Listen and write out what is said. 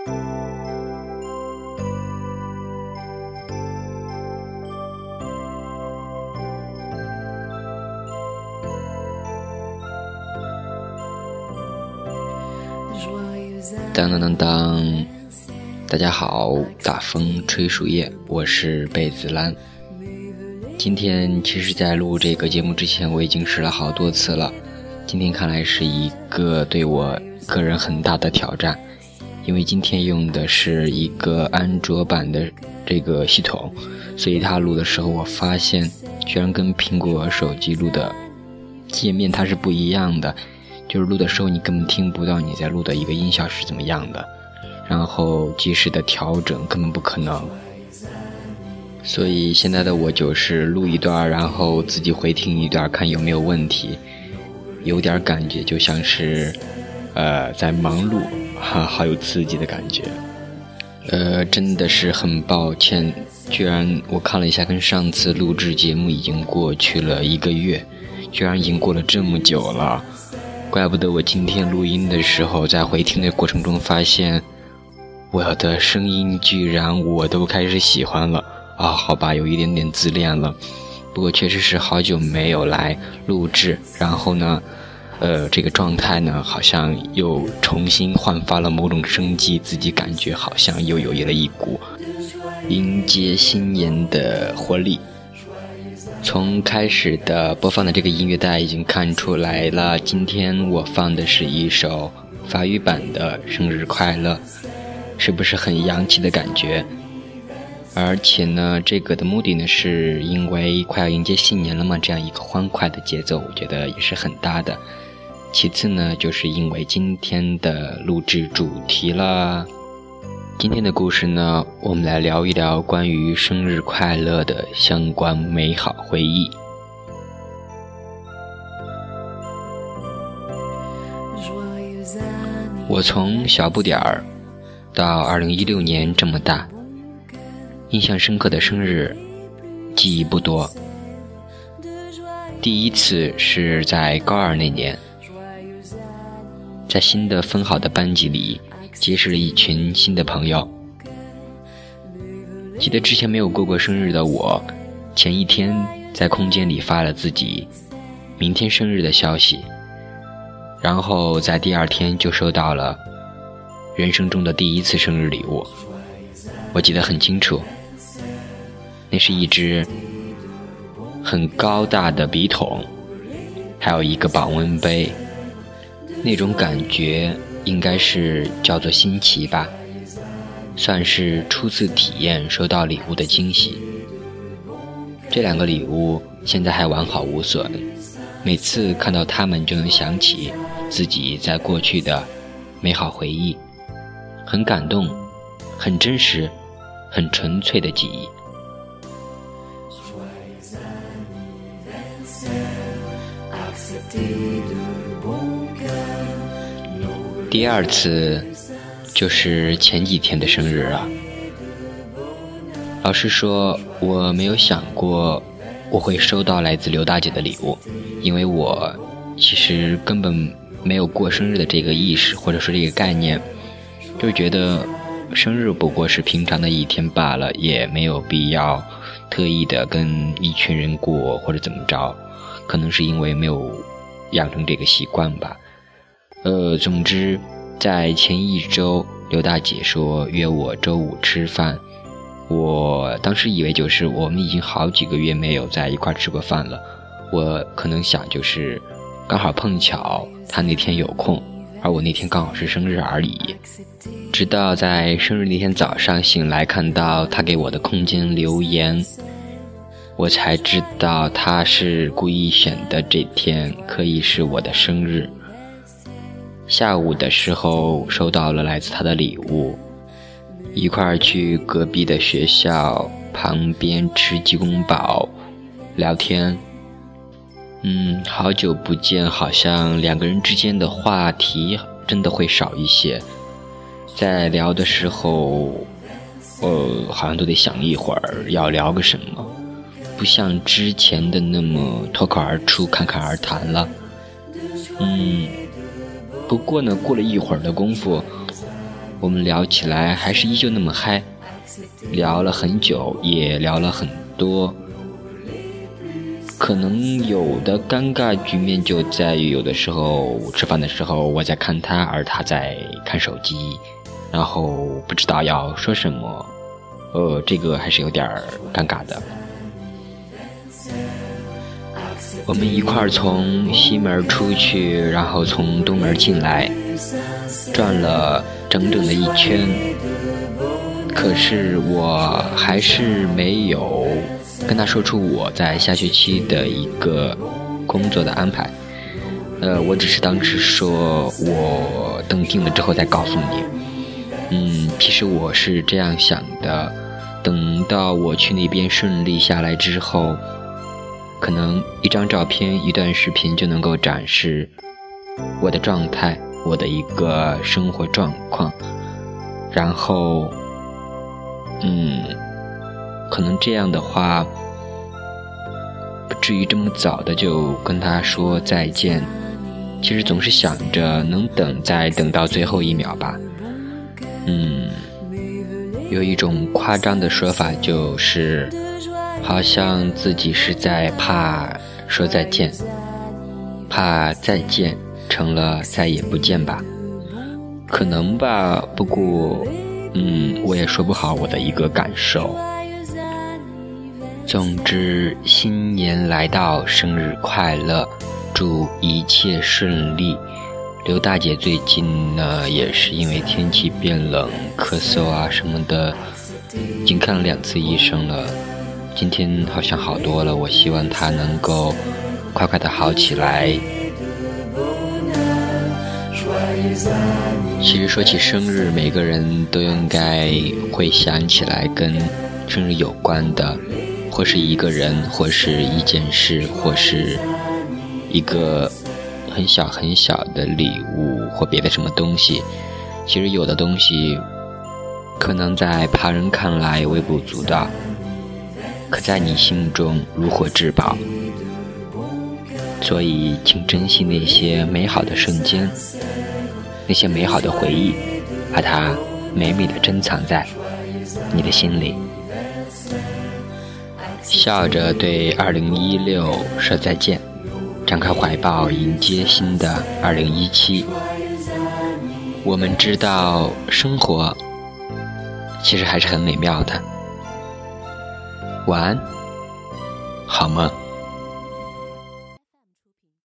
当当当当，大家好，大风吹树叶，我是贝子兰。今天其实在录这个节目之前我已经试了好多次了，今天看来是一个对我个人很大的挑战，因为今天用的是一个安卓版的这个系统，所以它录的时候我发现居然跟苹果手机录的界面它是不一样的，就是录的时候你根本听不到你在录的一个音效是怎么样的，然后及时的调整根本不可能。所以现在的我就是录一段，然后自己回听一段，看有没有问题，有点感觉就像是在忙碌，好有刺激的感觉。真的是很抱歉，居然我看了一下，跟上次录制节目已经过去了1个月，居然已经过了这么久了。怪不得我今天录音的时候，在回听的过程中发现我的声音居然我都开始喜欢了啊！好吧，有一点点自恋了，不过确实是好久没有来录制，然后呢这个状态呢好像又重新焕发了某种生机，自己感觉好像又有了一股迎接新年的活力。从开始的播放的这个音乐带已经看出来了，今天我放的是一首法语版的生日快乐，是不是很洋气的感觉？而且呢这个的目的呢是因为快要迎接新年了嘛，这样一个欢快的节奏我觉得也是很搭的。其次呢就是因为今天的录制主题啦，今天的故事呢我们来聊一聊关于生日快乐的相关美好回忆。我从小不点儿到2016年这么大，印象深刻的生日记忆不多。第一次是在高2那年，在新的分好的班级里结识了一群新的朋友。记得之前没有过生日的我，前一天在空间里发了自己明天生日的消息，然后在第2天就收到了人生中的第一次生日礼物。我记得很清楚，那是一只很高大的笔筒，还有一个保温杯，那种感觉应该是叫做新奇吧，算是初次体验收到礼物的惊喜。这2个礼物现在还完好无损，每次看到它们就能想起自己在过去的美好回忆，很感动，很真实，很纯粹的记忆。第2次就是前几天的生日啊。老实说，我没有想过我会收到来自刘大姐的礼物，因为我其实根本没有过生日的这个意识，或者说这个概念，就觉得生日不过是平常的一天罢了，也没有必要特意的跟一群人过或者怎么着，可能是因为没有养成这个习惯吧。总之在前1周刘大姐说约我周5吃饭，我当时以为就是我们已经好几个月没有在一块吃过饭了，我可能想就是刚好碰巧她那天有空，而我那天刚好是生日而已。直到在生日那天早上醒来，看到她给我的空间留言，我才知道她是故意选的这天可以是我的生日。下午的时候收到了来自她的礼物，一块儿去隔壁的学校旁边吃鸡公煲聊天。好久不见，好像2个人之间的话题真的会少一些，在聊的时候好像都得想一会儿要聊个什么，不像之前的那么脱口而出侃侃而谈了。不过呢过了一会儿的功夫， 我们聊起来还是依旧那么嗨，聊了很久，也聊了很多。可能有的尴尬局面就在于有的时候吃饭的时候我在看他，而他在看手机，然后不知道要说什么，这个还是有点尴尬的。我们一块儿从西门出去，然后从东门进来，转了整整的一圈，可是我还是没有跟他说出我在下学期的一个工作的安排。我只是当时说我等定了之后再告诉你。其实我是这样想的，等到我去那边顺利下来之后，可能一张照片一段视频就能够展示我的状态，我的一个生活状况，然后可能这样的话不至于这么早的就跟他说再见。其实总是想着能再等到最后一秒吧。有一种夸张的说法，就是好像自己是在怕说再见，怕再见成了再也不见吧。可能吧，不过我也说不好我的一个感受。总之，新年来到，生日快乐，祝一切顺利。刘大姐最近呢，也是因为天气变冷，咳嗽啊什么的，已经看了2次医生了。今天好像好多了，我希望她能够快快的好起来。其实说起生日，每个人都应该会想起来跟生日有关的，或是一个人，或是一件事，或是一个很小很小的礼物，或别的什么东西。其实有的东西可能在旁人看来微不足道，可在你心目中如获至宝。所以请珍惜那些美好的瞬间，那些美好的回忆，把它美美的珍藏在你的心里。笑着对2016说再见，张开怀抱迎接新的2017。我们知道生活其实还是很美妙的。晚安，好梦。